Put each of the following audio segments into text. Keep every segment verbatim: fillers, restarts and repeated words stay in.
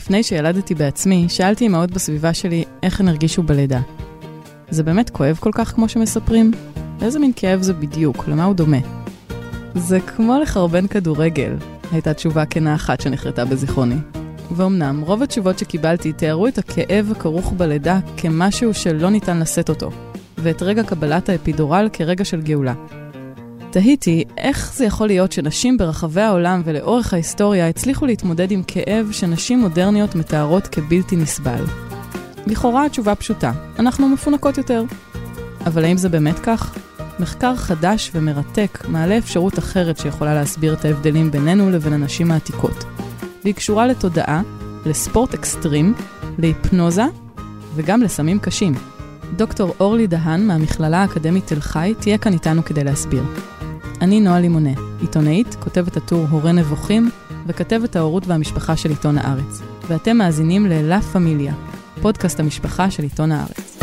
לפני שילדתי בעצמי, שאלתי אמהות בסביבה שלי איך הן הרגישו בלידה. זה באמת כואב כל כך כמו שמספרים? איזה מין כאב זה בדיוק? למה הוא דומה? זה כמו לחרבן כדורגל, הייתה תשובה כנה אחת שנחרטה בזיכרוני. ואומנם, רוב התשובות שקיבלתי תיארו את הכאב הכרוך בלידה כמשהו שלא ניתן לשאת אותו, ואת רגע קבלת האפידורל כרגע של גאולה. תהיתי איך זה יכול להיות שנשים ברחבי העולם ולאורך ההיסטוריה הצליחו להתמודד עם כאב שנשים מודרניות מתארות כבלתי נסבל. לכאורה התשובה פשוטה, אנחנו מפונקות יותר. אבל האם זה באמת כך? מחקר חדש ומרתק מעלה אפשרות אחרת שיכולה להסביר את ההבדלים בינינו לבין הנשים העתיקות. והיא קשורה לתודעה, לספורט אקסטרים, להיפנוזה וגם לסמים קשים. דוקטור אורלי דהן מהמכללה האקדמית תל חי תהיה כאן איתנו כדי להסביר. אני נועה לימונה, עיתונאית, כותבת הטור הורה נבוכים וכתבת ההורות והמשפחה של עיתון הארץ. ואתם מאזינים ללה פמיליה, פודקאסט המשפחה של עיתון הארץ.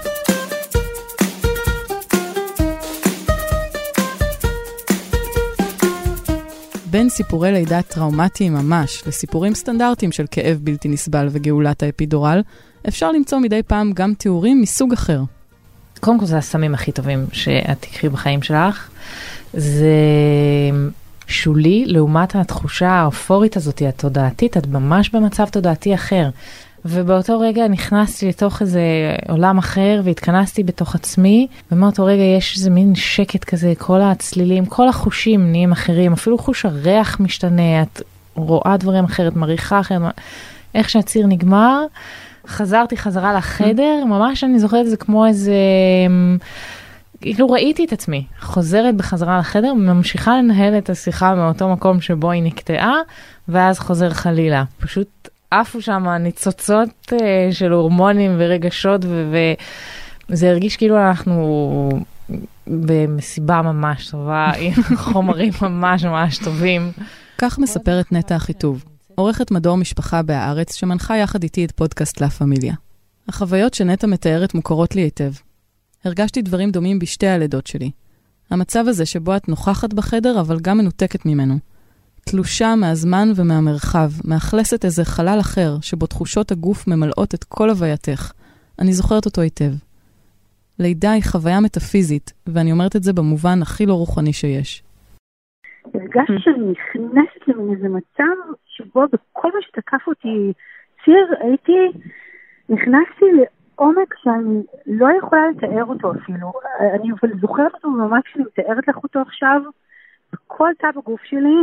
בין סיפורי לידה טראומטיים ממש לסיפורים סטנדרטיים של כאב בלתי נסבל וגאולת האפידורל, אפשר למצוא מדי פעם גם תיאורים מסוג אחר. קודם כל זה הסמים הכי טובים שאת תקחי בחיים שלך. זה שולי לעומת התחושה האופורית הזאת, התודעתית, את ממש במצב תודעתי אחר. ובאותו רגע נכנסתי לתוך איזה עולם אחר והתכנסתי בתוך עצמי, ומאותו רגע יש איזה מין שקט כזה, כל הצלילים, כל החושים נהיים אחרים, אפילו חוש הריח משתנה, את רואה דברים אחרת, מריחה אחרת, איך שהציר נגמר, חזרתי חזרה לחדר, ממש אני זוכרת את זה כמו איזה, כאילו ראיתי את עצמי, חוזרת בחזרה לחדר, ממשיכה לנהל את השיחה מאותו מקום שבו היא נקטעה, ואז חוזר חלילה, פשוט עפו שם ניצוצות uh, של הורמונים ורגשות, וזה הרגיש כאילו אנחנו במסיבה ממש טובה, עם חומרים ממש ממש טובים. כך מספרת נטע אחיטוב, עורכת מדור משפחה בהארץ, שמנחה יחד איתי את פודקאסט לה פמיליה. החוויות שנטע מתארת מוכרות לי היטב. הרגשתי דברים דומים בשתי הלידות שלי. המצב הזה שבו את נוכחת בחדר, אבל גם מנותקת ממנו. תלושה מהזמן ומהמרחב, מאכלסת איזה חלל אחר, שבו תחושות הגוף ממלאות את כל הווייתך. אני זוכרת אותו היטב. לידה היא חוויה מטאפיזית, ואני אומרת את זה במובן הכי לא רוחני שיש. הרגשתי שאני נכנסת למין איזה מצב, שבו בכל מה שתקף אותי ציר, הייתי, נכנסתי לעומק שאני לא יכולה לתאר אותו אפילו. אני זוכרת אותו ממש שאני מתארת לך אותו עכשיו, כל תא בגוף שלי,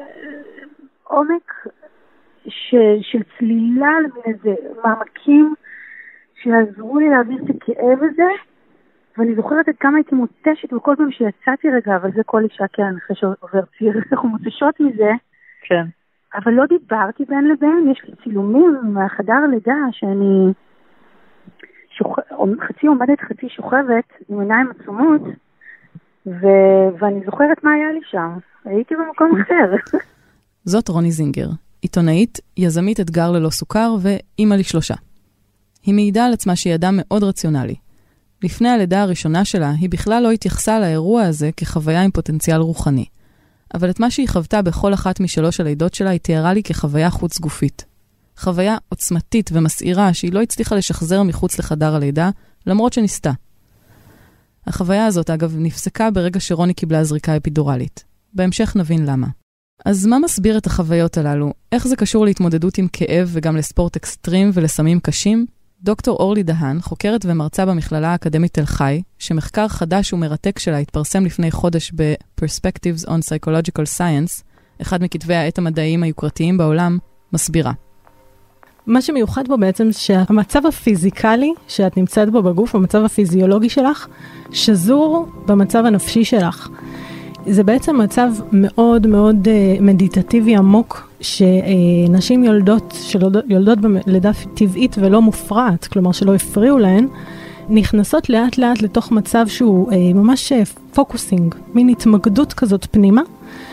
עומק ש, של צלילה למין איזה מעמקים שעזרו לי להעביר את הכאב הזה, ואני זוכרת את כמה הייתי מותשת, וכל פעם שיצאתי רגע, אבל זה כל אישה כאן, אחרי שעובר ציר, אנחנו מותשות מזה. כן. אבל לא דיברתי בין לבין, יש לי צילומים מהחדר לידה, שאני שוכ... חצי עומדת, חצי שוכבת, עם עיניים עצומות, ו... ואני זוכרת מה היה לי שם. הייתי במקום אחר. זאת רוני זינגר, עיתונאית, יזמית אתגר ללא סוכר ואימא לשלושה. היא מעידה על עצמה שהיא אדם מאוד רציונלי. לפני הלידה הראשונה שלה, היא בכלל לא התייחסה לאירוע הזה כחוויה עם פוטנציאל רוחני. אבל את מה שהיא חוותה בכל אחת משלוש הלידות שלה, היא תיארה לי כחוויה חוץ גופית. חוויה עוצמתית ומסעירה שהיא לא הצליחה לשחזר מחוץ לחדר הלידה, למרות שניסתה. החוויה הזאת, אגב, נפסקה ברגע שרוני קיבלה זריקה אפידורלית. בהמשך נבין למה. אז מה מסביר את החוויות הללו? איך זה קשור להתמודדות עם כאב וגם לספורט אקסטרים ולסמים קשים? דוקטור אורלי דהן, חוקרת ומרצה במכללה האקדמית תל חי, שמחקר חדש ומרתק שלה התפרסם לפני חודש ב-Perspectives on Psychological Science, אחד מכתבי העת המדעיים היוקרתיים בעולם, מסבירה. מה שמיוחד בו בעצם שהמצב הפיזיקלי שאת נמצאת בו בגוף, המצב הפיזיולוגי שלך, שזור במצב הנפשי שלך. זה בעצם מצב מאוד מאוד מדיטטיבי עמוק, שנשים יולדות, יולדות בלידה טבעית ולא מופרעת, כלומר שלא הפריעו להן, נכנסות לאט לאט לתוך מצב שהוא ממש פוקוסינג, מין התמקדות כזאת פנימה,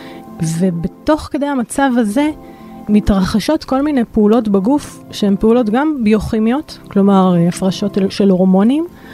ובתוך כדי המצב הזה, מתרחשות כל מיני פעולות בגוף, שהן פעולות גם ביוכימיות, כלומר הפרשות של הורמונים,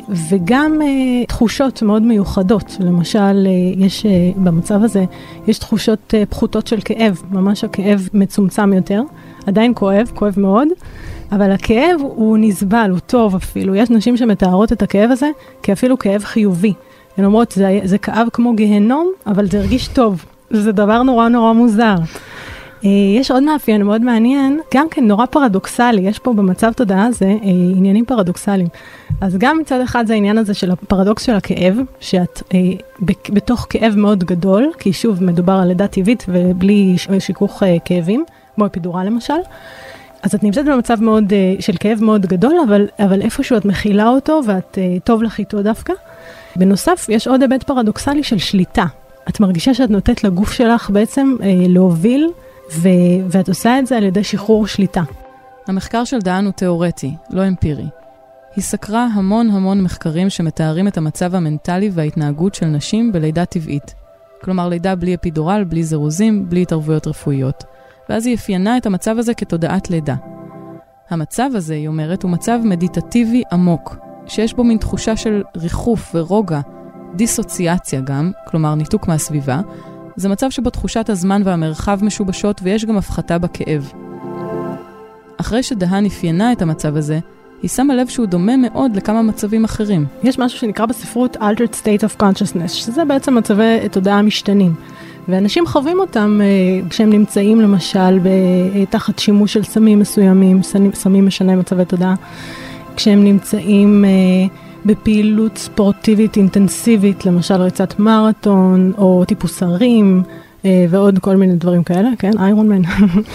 וגם uh, תחושות מאוד מיוחדות. למשל, uh, יש uh, במצב הזה, יש תחושות uh, פחותות של כאב, ממש הכאב מצומצם יותר, עדיין כואב, כואב מאוד, אבל הכאב הוא נסבל, הוא טוב אפילו. יש נשים שמתארות את הכאב הזה כאפילו כאב חיובי. הן אומרות, זה, זה כאב כמו גהנום, אבל זה הרגיש טוב. זה דבר נורא נורא מוזר. יש עוד מאפיין מאוד מעניין, גם כן נורא פרדוקסלי, יש פה במצב תודעה הזה עניינים פרדוקסליים. אז גם מצד אחד זה העניין הזה של הפרדוקס של הכאב, שאת בתוך כאב מאוד גדול, כי שוב מדובר על לידה טבעית ובלי שיכוך כאבים, כמו אפידורל למשל, אז את נמצאת במצב מאוד, של כאב מאוד גדול, אבל, אבל איפשהו את מכילה אותו ואת טוב לך איתו דווקא. בנוסף, יש עוד היבט פרדוקסלי של שליטה. את מרגישה שאת נותנת לגוף שלך בעצם להוביל, ו- ואת עושה את זה על ידי שחרור שליטה. המחקר של דהן הוא תיאורטי, לא אמפירי. היא סקרה המון המון מחקרים שמתארים את המצב המנטלי וההתנהגות של נשים בלידה טבעית. כלומר, לידה בלי אפידורל, בלי זירוזים, בלי התערבויות רפואיות. ואז היא אפיינה את המצב הזה כתודעת לידה. המצב הזה, היא אומרת, הוא מצב מדיטטיבי עמוק, שיש בו מין תחושה של ריחוף ורוגע, דיסוציאציה גם, כלומר ניתוק מהסביבה, זה מצב שבו תחושת הזמן והמרחב משובשות ויש גם הפחתה בכאב. אחרי שדהן אפיינה את המצב הזה, היא שמה לב שהוא דומה מאוד לכמה מצבים אחרים. יש משהו שנקרא בספרות Altered State of Consciousness, שזה בעצם מצבי תודעה משתנים. ואנשים חווים אותם uh, כשהם נמצאים למשל תחת שימוש של סמים מסוימים, סמים משנה מצבי תודעה, כשהם נמצאים uh, בפעילות ספורטיבית אינטנסיבית, למשל ריצת מרתון, או טיפוס הרים, אה, ועוד כל מיני דברים כאלה, כן? איירון מן.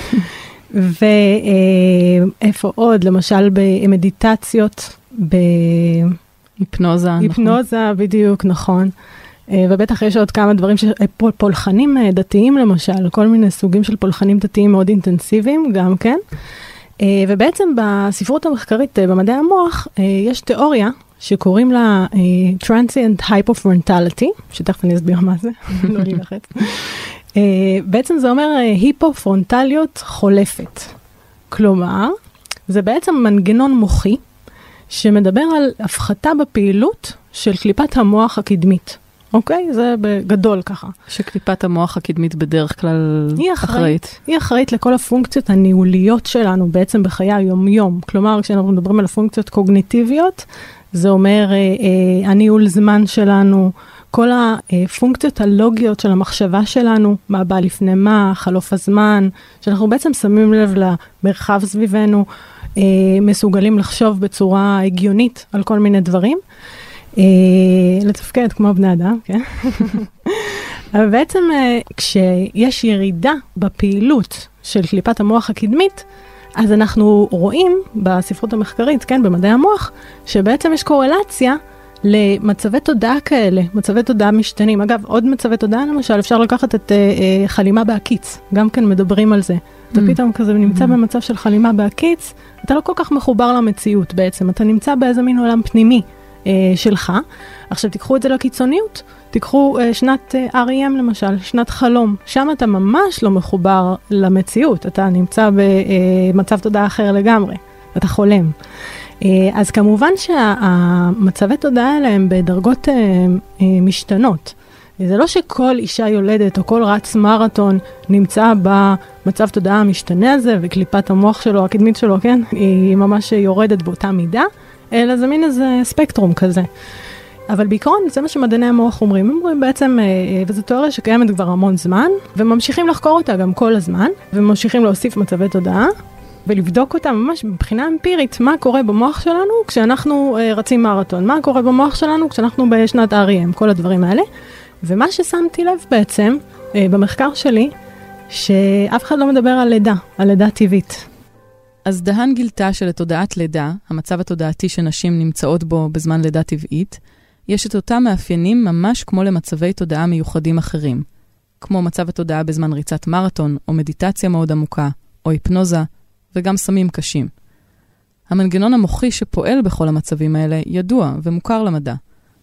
ואיפה אה, עוד? למשל במדיטציות, בהיפנוזה. היפנוזה, נכון. בדיוק, נכון. אה, ובטח יש עוד כמה דברים, פולחנים דתיים למשל, כל מיני סוגים של פולחנים דתיים מאוד אינטנסיביים, גם כן. אה, ובעצם בספרות המחקרית, אה, במדעי המוח, אה, יש תיאוריה, שקוראים לה uh, Transient Hypofrontality, שתכף אני אסביר מה זה, לא להילחץ. uh, בעצם זה אומר uh, היפופרונטליות חולפת. כלומר, זה בעצם מנגנון מוחי, שמדבר על הפחתה בפעילות של קליפת המוח הקדמית. אוקיי? זה בגדול ככה. שקליפת המוח הקדמית בדרך כלל היא אחראית. אחראית. היא אחראית לכל הפונקציות הניהוליות שלנו בעצם בחיי היום-יום. כלומר, כשאנחנו מדברים על הפונקציות קוגניטיביות, זה אומר אה, אה, הניהול זמן שלנו, כל הפונקציות הלוגיות של המחשבה שלנו, מה בא לפני מה, חלוף הזמן, שאנחנו בעצם שמים לב למרחב סביבנו, אה, מסוגלים לחשוב בצורה הגיונית על כל מיני דברים, אה, לתפקד כמו בני אדם, כן? אבל בעצם אה, כשיש ירידה בפעילות של קליפת המוח הקדמית, אז אנחנו רואים בספרות המחקרית, כן, במדעי המוח, שבעצם יש קורלציה למצבי תודעה כאלה, מצבי תודעה משתנים. אגב, עוד מצבי תודעה, למשל, אפשר לקחת את uh, חלימה בהקיץ, גם כן מדברים על זה. Mm. אתה פתאום כזה נמצא mm. במצב של חלימה בהקיץ, אתה לא כל כך מחובר למציאות בעצם, אתה נמצא באיזה מין עולם פנימי uh, שלך. עכשיו תיקחו את זה לקיצוניות, תיקחו uh, שנת uh, אר אי אם למשל, שנת חלום, שם אתה ממש לא מחובר למציאות, אתה נמצא במצב uh, תודעה אחר לגמרי, אתה חולם. Uh, אז כמובן שהמצבי תודעה האלה הם בדרגות uh, uh, משתנות. זה לא שכל אישה יולדת או כל רץ מרתון נמצא במצב תודעה המשתנה הזה, וקליפת המוח שלו, הקדמית שלו, כן, היא ממש יורדת באותה מידה, אלא זה מין איזה ספקטרום כזה. אבל בעיקרון זה מה שמדעני המוח אומרים. הם אומרים בעצם, וזו תיאוריה שקיימת כבר המון זמן, וממשיכים לחקור אותה גם כל הזמן, וממשיכים להוסיף מצבי תודעה, ולבדוק אותה ממש מבחינה אמפירית, מה קורה במוח שלנו כשאנחנו רצים מרתון, מה קורה במוח שלנו כשאנחנו בשנת אר אי אם, כל הדברים האלה. ומה ששמתי לב בעצם, במחקר שלי, שאף אחד לא מדבר על לידה, על לידה טבעית. אז דהן גילתה שלתודעת לידה, המצב התודעתי שנשים נמצאות בו בזמן לידה טבעית, יש את אותם מאפיינים ממש כמו למצבי תודעה מיוחדים אחרים, כמו מצב התודעה בזמן ריצת מרתון, או מדיטציה מאוד עמוקה, או היפנוזה, וגם סמים קשים. המנגנון המוחי שפועל בכל המצבים האלה ידוע ומוכר למדע.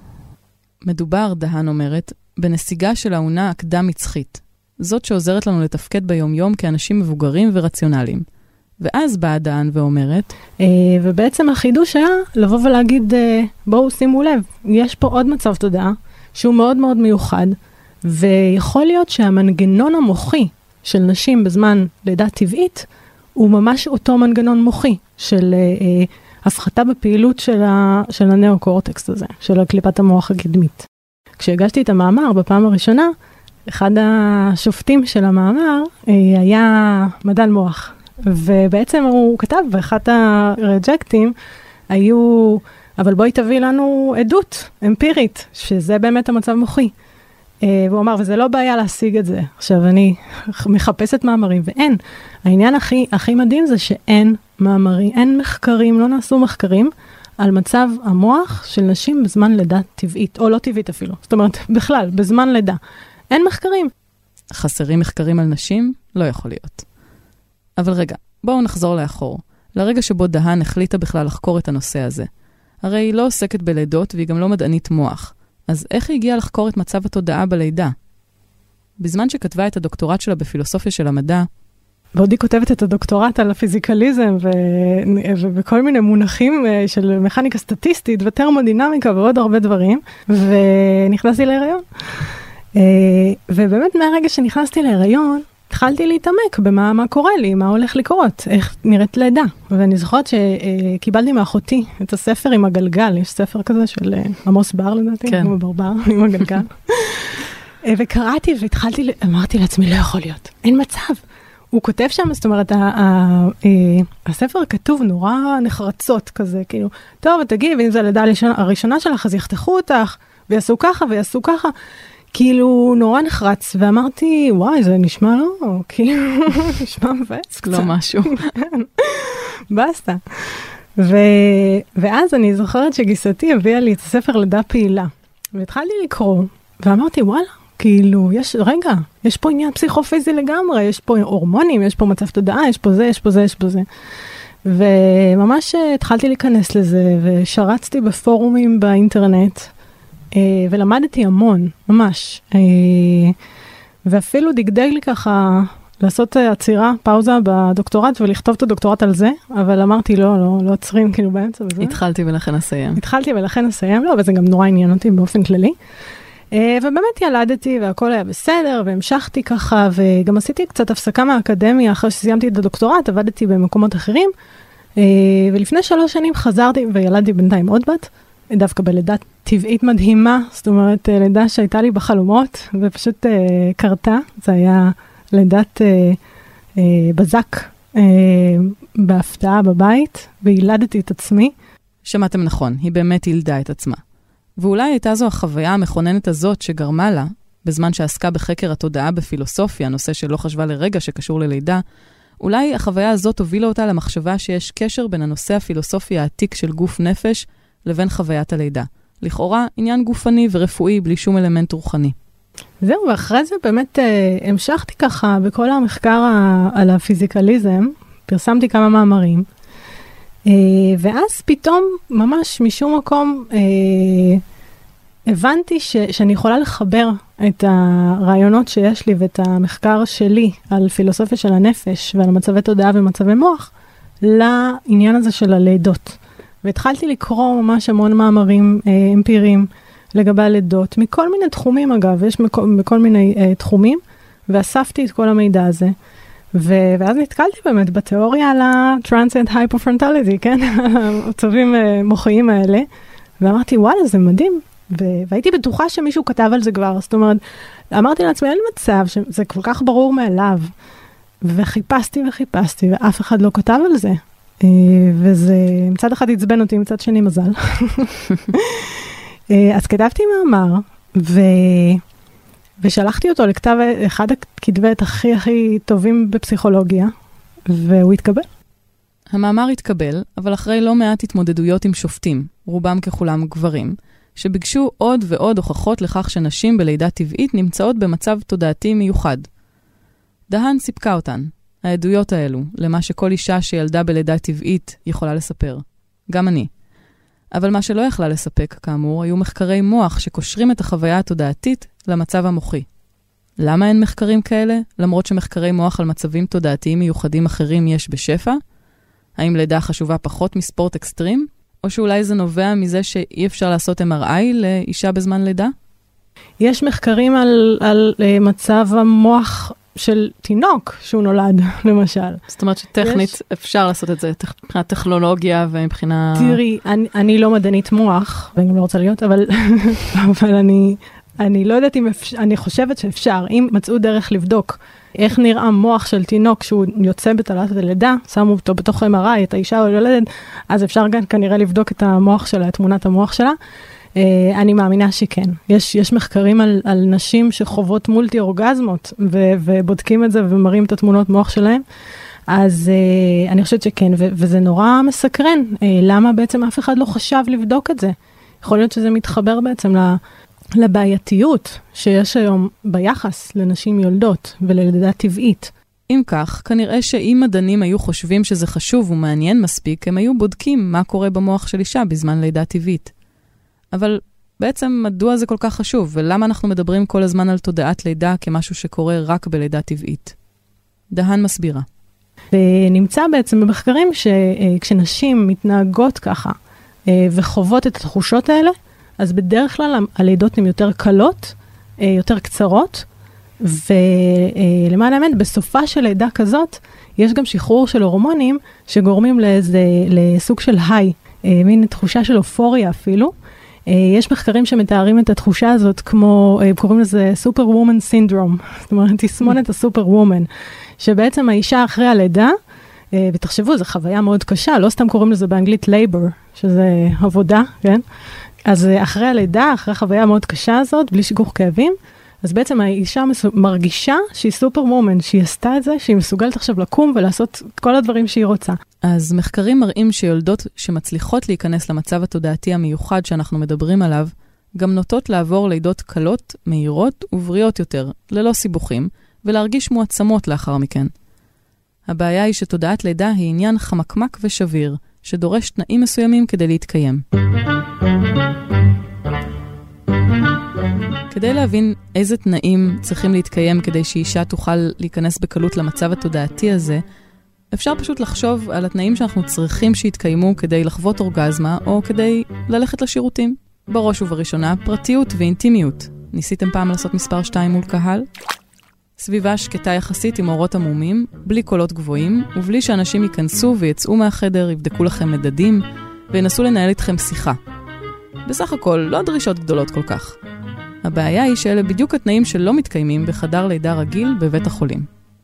מדובר, דהן אומרת, בנסיגה של העונה הקדם מצחית, זאת שעוזרת לנו לתפקד ביום-יום כאנשים מבוגרים ורציונליים. ואז באה דהן ואומרת, ובעצם החידוש היה לבוא ולהגיד, בואו שימו לב, יש פה עוד מצב תודעה, שהוא מאוד מאוד מיוחד, ויכול להיות שהמנגנון המוחי של נשים בזמן לידה טבעית, הוא ממש אותו מנגנון מוחי של אה, הפחתה בפעילות של, ה, של הנאו-קורטקס הזה, של קליפת המוח הקדמית. כשהגשתי את המאמר בפעם הראשונה, אחד השופטים של המאמר אה, היה מדען מוח, ובעצם הוא כתב, ואחת הרג'קטים היו, אבל בואי תביא לנו עדות אמפירית, שזה באמת המצב מוחי. והוא אמר, וזה לא בעיה להשיג את זה. עכשיו, אני מחפשת מאמרים, ואין. העניין הכי, הכי מדהים זה שאין מאמרים, אין מחקרים, לא נעשו מחקרים, על מצב המוח של נשים בזמן לידה טבעית, או לא טבעית אפילו. זאת אומרת, בכלל, בזמן לידה. אין מחקרים. חסרים מחקרים על נשים? לא יכול להיות. אבל רגע, בואו נחזור לאחור. לרגע שבו דהן החליטה בכלל לחקור את הנושא הזה. הרי היא לא עוסקת בלידות, והיא גם לא מדענית מוח. אז איך היא הגיעה לחקור את מצב התודעה בלידה? בזמן שכתבה את הדוקטורט שלה בפילוסופיה של המדע, בעוד היא כותבת את הדוקטורט על הפיזיקליזם ו... ובכל מיני מונחים של מכניקה סטטיסטית וטרמודינמיקה ועוד הרבה דברים, ונכנסתי להיריון. ובאמת מהרגע שנכנסתי להיריון, התחלתי להתעמק במה מה קורה לי, מה הולך לקרות, איך נראית לידה. ואני זוכרת שקיבלתי מאחותי את הספר עם הגלגל, יש ספר כזה של עמוס בר לדעתי, כן. עם ברבר, עם הגלגל. וקראתי והתחלתי, אמרתי לעצמי, לא יכול להיות, אין מצב. הוא כותב שם, זאת אומרת, הספר כתוב נורא נחרצות כזה, כאילו, טוב, תגידי, ואם זה הלידה הראשונה שלך, אז יחתכו אותך, ויעשו ככה, ויעשו ככה. כאילו נורא נחרץ, ואמרתי, וואי, זה נשמע לא, כאילו, נשמע מבאס קצת. לא משהו. בסטה. ואז אני זוכרת שגיסתי הביאה לי את הספר לידה פעילה, והתחלתי לקרוא, ואמרתי, וואלה, כאילו, יש, רגע, יש פה עניין פסיכופיזי לגמרי, יש פה הורמונים, יש פה מצב תודעה, יש פה זה, יש פה זה, יש פה זה. וממש התחלתי להיכנס לזה, ושרצתי בפורומים באינטרנט, ולמדתי המון, ממש. ואפילו דגדג לי ככה לעשות עצירה, פאוזה בדוקטורט ולכתוב את הדוקטורט על זה, אבל אמרתי לא, לא, לא עוצרים כאילו באמצע וזה. התחלתי ולכן אסיים. התחלתי ולכן אסיים, לא, אבל זה גם נורא עניין אותי באופן כללי. ובאמת ילדתי והכל היה בסדר, והמשכתי ככה, וגם עשיתי קצת הפסקה מהאקדמיה, אחרי שסיימתי את הדוקטורט, עבדתי במקומות אחרים, ולפני שלוש שנים חזרתי וילדתי בינתיים עוד בת, דווקא בלידה טבעית מדהימה, זאת אומרת, לידה שהייתה לי בחלומות, ופשוט uh, קרתה, זה היה לידת uh, uh, בזק uh, בהפתעה בבית, וילדתי את עצמי. שמעתם נכון, היא באמת ילדה את עצמה. ואולי הייתה זו החוויה המכוננת הזאת שגרמה לה, בזמן שעסקה בחקר התודעה בפילוסופיה, נושא שלא חשבה לרגע שקשור ללידה, אולי החוויה הזאת הובילה אותה למחשבה שיש קשר בין הנושא הפילוסופי העתיק של גוף נפש, לבין חוויית הלידה. לכאורה, עניין גופני ורפואי בלי שום אלמנט רוחני. זהו, ואחרי זה באמת אה, המשכתי ככה בכל המחקר ה- על הפיזיקליזם, פרסמתי כמה מאמרים, אה, ואז פתאום, ממש משום מקום, אה, הבנתי ש- שאני יכולה לחבר את הרעיונות שיש לי ואת המחקר שלי על פילוסופיה של הנפש ועל מצבי תודעה ומצבי מוח, לעניין הזה של הלידות. והתחלתי לקרוא ממש המון מאמרים אה, אמפיריים לגבי הלידות, מכל מיני תחומים אגב, יש מכל, מכל מיני אה, תחומים, ואספתי את כל המידע הזה, ו- ואז נתקלתי באמת בתיאוריה על ה-transient hypofrontality, כן? המצבים אה, מוחיים האלה, ואמרתי, וואלה, זה מדהים, ו- והייתי בטוחה שמישהו כתב על זה כבר, זאת אומרת, אמרתי לעצמי, אין מצב שזה כל כך ברור מאליו, וחיפשתי וחיפשתי, ואף אחד לא כתב על זה. וזה מצד אחד עצבן אותי, מצד שני מזל. אז כתבתי מאמר, ו... ושלחתי אותו לכתב, אחד הכתבי עת הכי הכי טובים בפסיכולוגיה, והוא התקבל. המאמר התקבל, אבל אחרי לא מעט התמודדויות עם שופטים, רובם ככולם גברים, שביקשו עוד ועוד הוכחות לכך שנשים בלידה טבעית נמצאות במצב תודעתי מיוחד. דהן סיפקה אותן. העדויות האלו, למה שכל אישה שילדה בלידה טבעית יכולה לספר. גם אני. אבל מה שלא יכלה לספק, כאמור, היו מחקרי מוח שקושרים את החוויה התודעתית למצב המוחי. למה אין מחקרים כאלה, למרות שמחקרי מוח על מצבים תודעתיים מיוחדים אחרים יש בשפע? האם לידה חשובה פחות מספורט אקסטרים? או שאולי זה נובע מזה שאי אפשר לעשות אם אר איי לאישה בזמן לידה? יש מחקרים על, על מצב המוח של תינוק שהוא נולד, למשל. זאת אומרת שטכנית יש... אפשר לעשות את זה, מבחינת טכנולוגיה ומבחינה... תראי, אני, אני לא מדענית מוח, ואני גם לא רוצה להיות, אבל, אבל אני, אני לא יודעת אם אפשר, אני חושבת שאפשר, אם מצאו דרך לבדוק איך נראה מוח של תינוק שהוא יוצא בתעלת הלידה, שמו אותו בתוך אם אר איי, את האישה או יולדת, אז אפשר גם כנראה לבדוק את המוח שלה, את תמונת המוח שלה. Uh, אני מאמינה שכן. יש, יש מחקרים על, על נשים שחוות מולטי אורגזמות, ו, ובודקים את זה ומראים את התמונות מוח שלהם. אז uh, אני חושבת שכן, ו, וזה נורא מסקרן. Uh, למה בעצם אף אחד לא חשב לבדוק את זה? יכול להיות שזה מתחבר בעצם לבעייתיות שיש היום ביחס לנשים יולדות וללידה טבעית. אם כך, כנראה שאם מדענים היו חושבים שזה חשוב ומעניין מספיק, הם היו בודקים מה קורה במוח של אישה בזמן לידה טבעית. אבל בעצם מדוע זה כל כך חשוב, ולמה אנחנו מדברים כל הזמן על תודעת לידה כמשהו שקורה רק בלידה טבעית? דהן מסבירה. ונמצא בעצם במחקרים שכשנשים מתנהגות ככה וחוות את התחושות האלה, אז בדרך כלל הלידות הן יותר קלות, יותר קצרות, ולמען האמת, בסופה של לידה כזאת, יש גם שחרור של הורמונים שגורמים לאיזה, לסוג של היי, מין תחושה של אופוריה אפילו. יש מחקרים שמתארים את התחושה הזאת כמו, קוראים לזה סופר וומן סינדרום, זאת אומרת, תסמונת הסופר וומן, שבעצם האישה אחרי הלידה, ותחשבו, זו חוויה מאוד קשה, לא סתם קוראים לזה באנגלית labor, שזה עבודה, כן? אז אחרי הלידה, אחרי החוויה המאוד קשה הזאת, בלי שיגוך כאבים, אז בעצם האישה מרגישה שהיא סופר וומן, שהיא עשתה את זה, שהיא מסוגלת עכשיו לקום ולעשות כל הדברים שהיא רוצה. אז מחקרים מראים שיולדות שמצליחות להיכנס למצב התודעתי המיוחד שאנחנו מדברים עליו, גם נוטות לעבור לידות קלות, מהירות ובריאות יותר, ללא סיבוכים, ולהרגיש מועצמות לאחר מכן. הבעיה היא שתודעת לידה היא עניין חמקמק ושביר, שדורש תנאים מסוימים כדי להתקיים. כדי להבין איזה תנאים צריכים להתקיים כדי שאישה תוכל להיכנס בקלות למצב התודעתי הזה, אפשר פשוט לחשוב על התנאים שאנחנו צריכים שיתקיימו כדי לחוות אורגזמה או כדי ללכת לשירותים. בראש ובראשונה, פרטיות ואינטימיות. ניסיתם פעם לעשות מספר שתיים מול קהל? סביבה שקטה יחסית עם אורות עמומים, בלי קולות גבוהים, ובלי שאנשים ייכנסו ויצאו מהחדר, יבדקו לכם מדדים, וינסו לנהל איתכם שיחה. בסך הכל, לא דרישות גדולות כל כך. הבעיה היא שאלה בדיוק התנאים שלא מתקיימים בחדר לידה רגיל בבית החולים.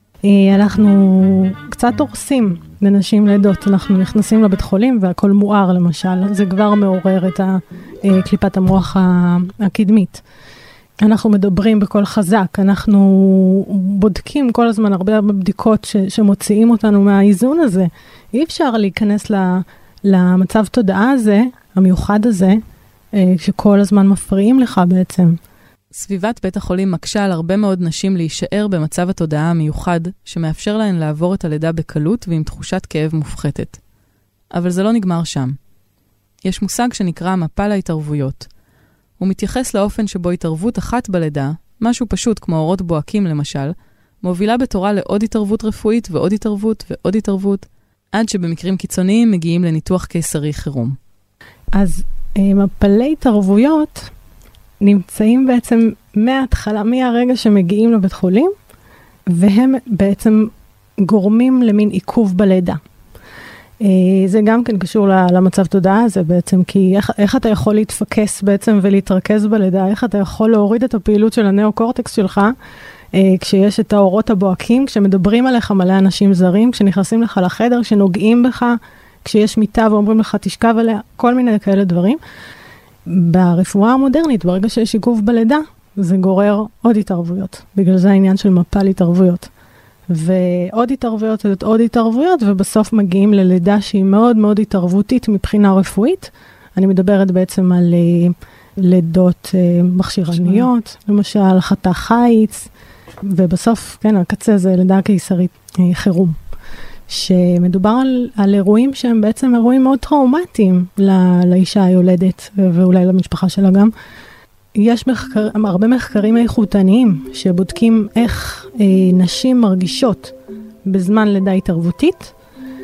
אנחנו קצת הורסים לנשים לידות, אנחנו נכנסים לבית חולים והכל מואר למשל, זה כבר מעורר את קליפת המוח הקדמית. אנחנו מדברים בכל חזק, אנחנו בודקים כל הזמן הרבה הרבה בדיקות ש, שמוציאים אותנו מהאיזון הזה. אי אפשר להיכנס למצב תודעה הזה, המיוחד הזה, שכל הזמן מפריעים לך בעצם. סביבת בית החולים מקשה על הרבה מאוד נשים להישאר במצב התודעה המיוחד, שמאפשר להן לעבור את הלידה בקלות ועם תחושת כאב מופחתת. אבל זה לא נגמר שם. יש מושג שנקרא מפה להתערבויות. הוא מתייחס לאופן שבו התערבות אחת בלידה, משהו פשוט כמו אורות בוהקים למשל, מובילה בתורה לעוד התערבות רפואית ועוד התערבות ועוד התערבות, עד שבמקרים קיצוניים מגיעים לניתוח קיסרי חירום. אז מפלי התערבויות נמצאים בעצם מההתחלה, מהרגע שמגיעים לבית חולים, והם בעצם גורמים למין עיכוב בלידה. זה גם כן קשור למצב תודעה הזה בעצם, כי איך, איך אתה יכול להתפקס בעצם ולהתרכז בלידה, איך אתה יכול להוריד את הפעילות של הנאו-קורטקס שלך, כשיש את האורות הבוהקים, כשמדברים עליך מלא אנשים זרים, כשנכנסים לך לחדר, כשנוגעים בך, כשיש מיטה ואומרים לך תשכב עליה, כל מיני כאלה דברים. ברפואה המודרנית, ברגע שיש עיכוב בלידה, זה גורר עוד התערבויות. בגלל זה העניין של מפה להתערבויות. ועוד התערבויות, עוד התערבויות, ובסוף מגיעים ללידה שהיא מאוד מאוד התערבותית מבחינה רפואית. אני מדברת בעצם על לידות מכשירניות, למשל חתך חיץ, ובסוף, כן, הקצה זה לידה קיסרית חירום. שמדובר על, על אירועים שהם בעצם אירועים מאוד טראומטיים לא, לאישה היולדת, ואולי למשפחה שלה גם. יש מחקר, הרבה מחקרים איכותניים שבודקים איך אה, נשים מרגישות בזמן לידה התערבותית,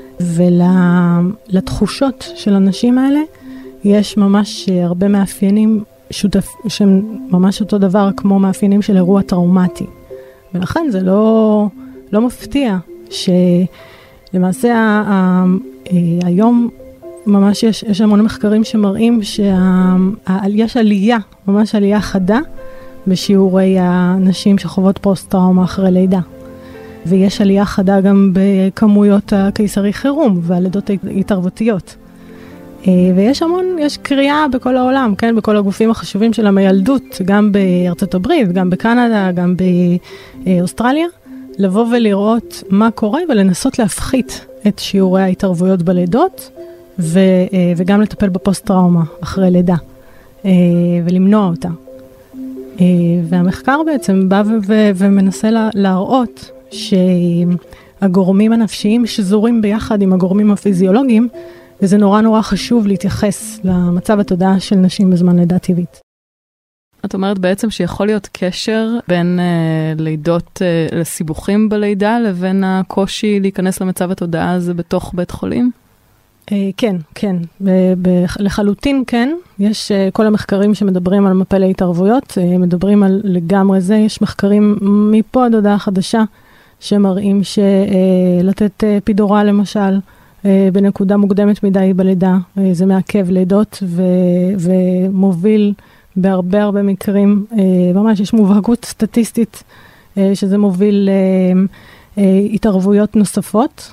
ולתחושות של הנשים האלה יש ממש הרבה מאפיינים שותף, שהם ממש אותו דבר כמו מאפיינים של אירוע טראומטי. ולכן זה לא, לא מפתיע שלמעשה ה, ה, היום ממש יש, יש המון מחקרים שמראים שיש עלייה, ממש עלייה חדה בשיעורי הנשים שחוות פוסט-טראומה אחרי לידה. ויש עלייה חדה גם בכמויות הקיסרי חירום והלידות התערבותיות. ויש המון, יש קריאה בכל העולם, כן, בכל הגופים החשובים של המילדות, גם בארצות הברית, גם בקנדה, גם באוסטרליה, לבוא ולראות מה קורה ולנסות להפחית את שיעורי ההתערבויות בלידות, ו, וגם לטפל בפוסט-טראומה אחרי לידה, ולמנוע אותה. והמחקר בעצם בא ו, ו, ומנסה לה, להראות שהגורמים הנפשיים שזורים ביחד עם הגורמים הפיזיולוגיים, וזה נורא נורא חשוב להתייחס למצב התודעה של נשים בזמן לידה טבעית. את אומרת בעצם שיכול להיות קשר בין אה, לידות, אה, לסיבוכים בלידה, לבין הקושי להיכנס למצב התודעה הזה בתוך בית חולים? אה, כן, כן. ב- ב- לחלוטין כן. יש אה, כל המחקרים שמדברים על מפלי התערבויות, אה, מדברים על לגמרי זה. יש מחקרים מפה עד הודעה חדשה, שמראים שלתת אה, פידורל למשל, בנקודה מוקדמת מדי בלידה, זה מעכב לידות ו, ומוביל בהרבה הרבה מקרים, ממש יש מובהקות סטטיסטית שזה מוביל התערבויות נוספות,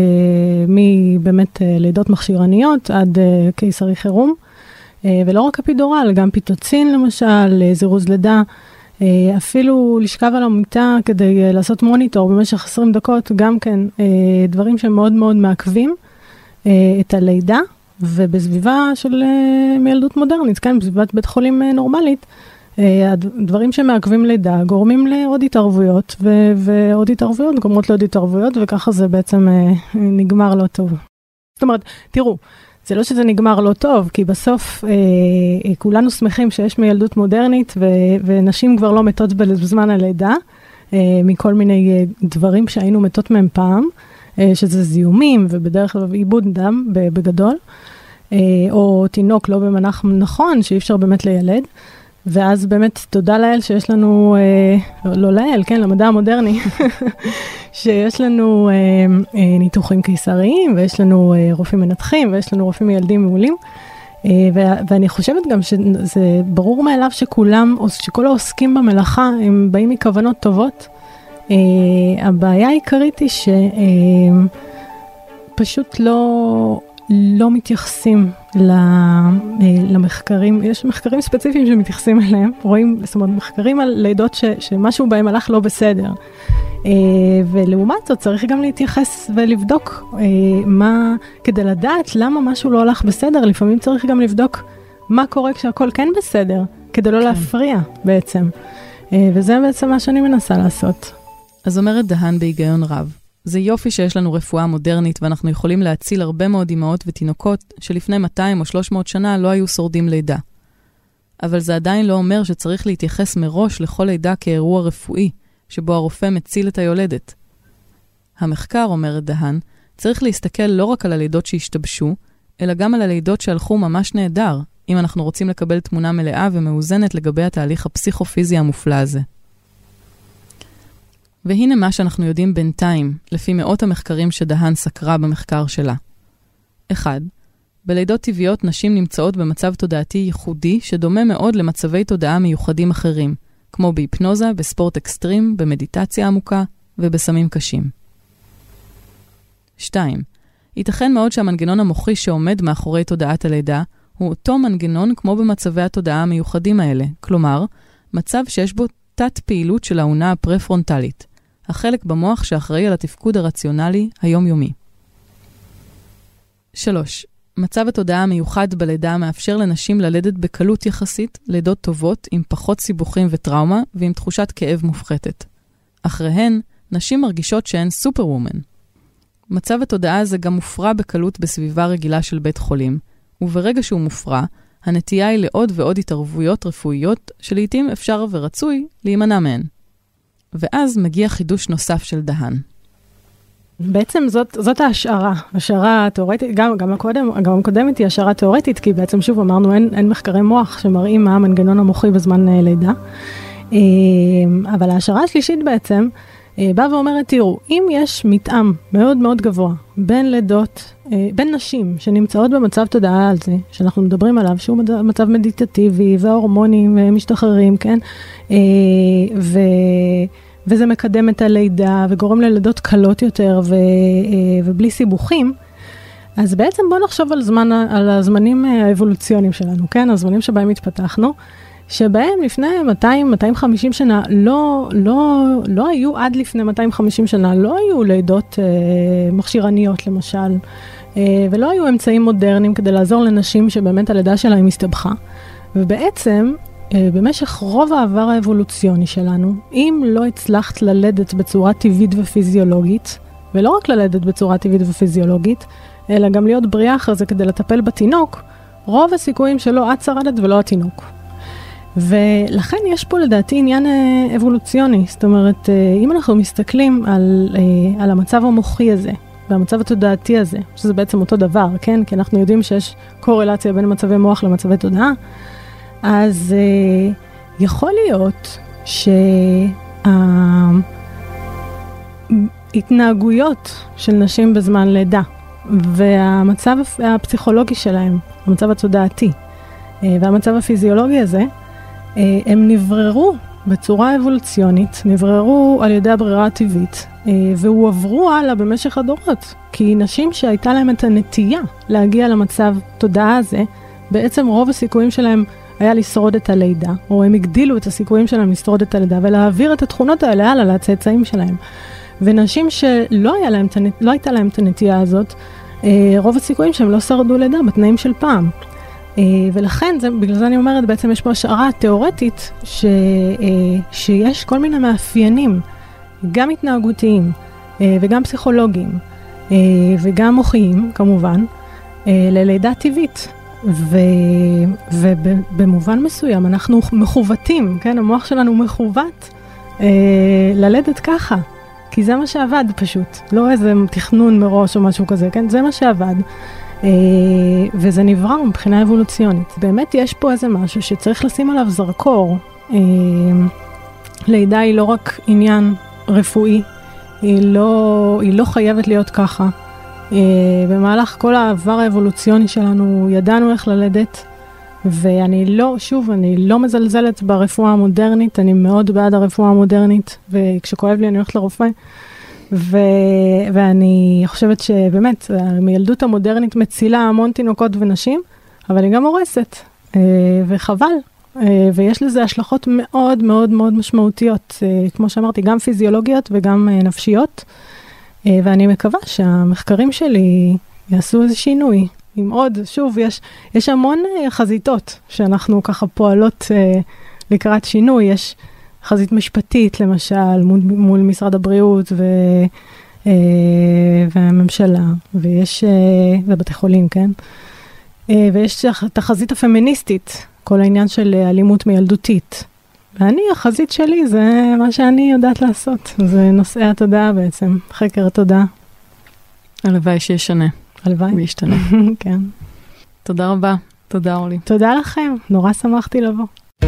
מבאמת לידות מכשירניות עד קיסרי חירום, ולא רק הפידורל, גם פיטוצין למשל, זירוז לידה, אפילו לשכב על המיטה כדי לעשות מוניטור במשך עשרים דקות, גם כן דברים שמאוד מאוד מעכבים את הלידה, ובסביבה של מילדות מודרנית, כן, בסביבת בית חולים נורמלית, הדברים שמעכבים לידה גורמים לעוד התערבויות, ו- ועוד התערבויות גורמות לעוד התערבויות, וככה זה בעצם נגמר לא טוב. זאת אומרת, תראו, זה לא שזה נגמר לא טוב, כי בסוף אה, כולנו שמחים שיש מילדות מודרנית, ו, ונשים כבר לא מתות בזמן הלידה, אה, מכל מיני אה, דברים שהיינו מתות מהם פעם, אה, שזה זיהומים, ובדרך כלל עיבוד דם בגדול, אה, או תינוק לא במנח נכון, שאי אפשר באמת לילד, ואז באמת תודה לאל שיש לנו, אה, לא לאל, כן, למדע המודרני, שיש לנו אה, אה, ניתוחים קיסריים, ויש לנו אה, רופאים מנתחים, ויש לנו רופאים מילדים מעולים, אה, ו- ואני חושבת גם שזה ברור מאליו שכולם, שכל העוסקים במלאכה, הם באים מכוונות טובות. אה, הבעיה העיקרית היא שפשוט לא... לא מתייחסים למחקרים, יש מחקרים ספציפיים שמתייחסים אליהם, רואים, זאת אומרת, מחקרים על לידות ש, שמשהו בהם הלך לא בסדר. ולעומת זאת צריך גם להתייחס ולבדוק מה, כדי לדעת למה משהו לא הלך בסדר, לפעמים צריך גם לבדוק מה קורה כשהכל כן בסדר, כדי לא להפריע בעצם. וזה בעצם מה שאני מנסה לעשות. אז אומרת דהן בהיגיון רב. זה יופי שיש לנו רפואה מודרנית, ואנחנו יכולים להציל הרבה מאוד אמהות ותינוקות שלפני מאתיים או שלוש מאות שנה לא היו שורדים לידה. אבל זה עדיין לא אומר שצריך להתייחס מראש לכל לידה כאירוע רפואי, שבו הרופא מציל את היולדת. המחקר, אומרת דהן, צריך להסתכל לא רק על הלידות שהשתבשו, אלא גם על הלידות שהלכו ממש נהדר, אם אנחנו רוצים לקבל תמונה מלאה ומאוזנת לגבי התהליך הפסיכופיזי המופלא הזה. והנה מה שאנחנו יודעים בינתיים, לפי מאות המחקרים שדהן סקרה במחקר שלה. אחד, בלידות טבעיות נשים נמצאות במצב תודעתי ייחודי שדומה מאוד למצבי תודעה מיוחדים אחרים, כמו בהיפנוזה, בספורט אקסטרים, במדיטציה עמוקה ובסמים קשים. שתיים, ייתכן מאוד שהמנגנון המוחי שעומד מאחורי תודעת הלידה הוא אותו מנגנון כמו במצבי התודעה המיוחדים האלה, כלומר, מצב שיש בו תת פעילות של העונה הפרפרונטלית, החלק במוח שאחראי על התפקוד הרציונלי היומיומי. שלוש. מצב התודעה המיוחד בלידה מאפשר לנשים ללדת בקלות יחסית, לידות טובות עם פחות סיבוכים וטראומה ועם תחושת כאב מופחתת. אחריהן, נשים מרגישות שהן סופר-וומן. מצב התודעה הזה גם מופרע בקלות בסביבה רגילה של בית חולים, וברגע שהוא מופרע, הנטייה היא לעוד ועוד התערבויות רפואיות שלעיתים אפשר ורצוי להימנע מהן. ואז מגיע חידוש נוסף של דהן. בעצם זאת, זאת ההשערה, השערה תיאורטית, גם, גם הקודם, גם הקודמת היא השערה תיאורטית, כי בעצם שוב אמרנו, אין, אין מחקרי מוח שמראים מה המנגנון המוחי בזמן לידה. אבל ההשערה השלישית בעצם באה ואומרת, תראו, אם יש מתאם מאוד מאוד גבוה בין לידות, בין נשים שנמצאות במצב תודעה על זה, שאנחנו מדברים עליו, שהוא מצב מדיטטיבי וההורמונים משתחררים, כן? ו... וזה מקדם את הלידה וגורם ללידות קלות יותר ו... ובלי סיבוכים, אז בעצם בואו נחשוב על, זמן, על הזמנים האבולוציוניים שלנו, כן? הזמנים שבהם התפתחנו, שבהם לפני מאתיים מאתיים וחמישים שנה, לא, לא, לא היו עד לפני מאתיים וחמישים שנה, לא היו לידות אה, מכשירניות למשל, אה, ולא היו אמצעים מודרניים כדי לעזור לנשים שבאמת הלידה שלהם הסתבכה. ובעצם, אה, במשך רוב העבר האבולוציוני שלנו, אם לא הצלחת ללדת בצורה טבעית ופיזיולוגית, ולא רק ללדת בצורה טבעית ופיזיולוגית, אלא גם להיות בריאה אחרי זה כדי לטפל בתינוק, רוב הסיכויים שלא את שרדת ולא התינוק. ולכן יש פה לדעתי עניין אבולוציוני, זאת אומרת, אם אנחנו מסתכלים על, על המצב המוחי הזה, והמצב התודעתי הזה, שזה בעצם אותו דבר, כן? כי אנחנו יודעים שיש קורלציה בין מצבי מוח למצבי תודעה, אז יכול להיות שההתנהגויות של נשים בזמן לידה, והמצב הפסיכולוגי שלהם, המצב התודעתי, והמצב הפיזיולוגי הזה, הם נבררו בצורה אבולוציונית, נבררו על ידי הברירה הטבעית, והועברו הלאה במשך הדורות. כי נשים שהייתה להם את הנטייה להגיע למצב תודעה הזה, בעצם רוב הסיכויים שלהם היה לשרוד את הלידה, או הם הגדילו את הסיכויים שלהם לשרוד את הלידה, ולהעביר את התכונות האלה הלאה לצאצאים שלהם. ונשים שלא היה להם, לא הייתה להם את הנטייה הזאת, רוב הסיכויים שהם לא שרדו לידה בתנאים של פעם. ולכן, זה, בגלל זה אני אומרת, בעצם יש פה השערה תיאורטית ש, שיש כל מיני מאפיינים, גם התנהגותיים וגם פסיכולוגיים וגם מוחיים, כמובן, ללידה טבעית. ו, ובמובן מסוים אנחנו מכוותים, כן? המוח שלנו מכוות ללדת ככה, כי זה מה שעבד פשוט, לא איזה תכנון מראש או משהו כזה, כן? זה מה שעבד. וזה נברא מבחינה אבולוציונית. באמת יש פה איזה משהו שצריך לשים עליו זרקור. לידה היא לא רק עניין רפואי, היא לא, היא לא חייבת להיות ככה. במהלך כל העבר האבולוציוני שלנו ידענו איך ללדת, ואני לא, שוב, אני לא מזלזלת ברפואה המודרנית, אני מאוד בעד הרפואה המודרנית, וכשכואב לי אני הולכת לרופא, ו... ואני חושבת שבאמת, המילדות המודרנית מצילה המון תינוקות ונשים, אבל היא גם הורסת, וחבל, ויש לזה השלכות מאוד מאוד מאוד משמעותיות, כמו שאמרתי, גם פיזיולוגיות וגם נפשיות, ואני מקווה שהמחקרים שלי יעשו איזה שינוי. עם עוד, שוב, יש, יש המון חזיתות שאנחנו ככה פועלות לקראת שינוי, יש חזית משפטית, למשל, מול, מול משרד הבריאות ו, אה, והממשלה, ויש, אה, ובתי חולים, כן? אה, ויש את החזית הפמיניסטית, כל העניין של אלימות מילדותית. ואני, החזית שלי, זה מה שאני יודעת לעשות. זה נושאי התודעה בעצם, חקר התודעה. הלוואי שישנה. הלוואי. וישתנה. כן. תודה רבה. תודה, אורלי. תודה לכם. נורא שמחתי לבוא.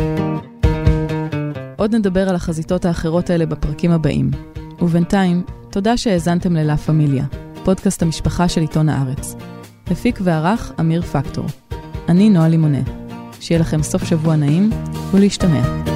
עוד נדבר על החזיתות האחרות האלה בפרקים הבאים. ובינתיים, תודה שהאזנתם ללה פמיליה, פודקאסט המשפחה של עיתון הארץ. הפיק וערך אמיר פקטור. אני נועה לימונה. שיהיה לכם סוף שבוע נעים ולהשתמע.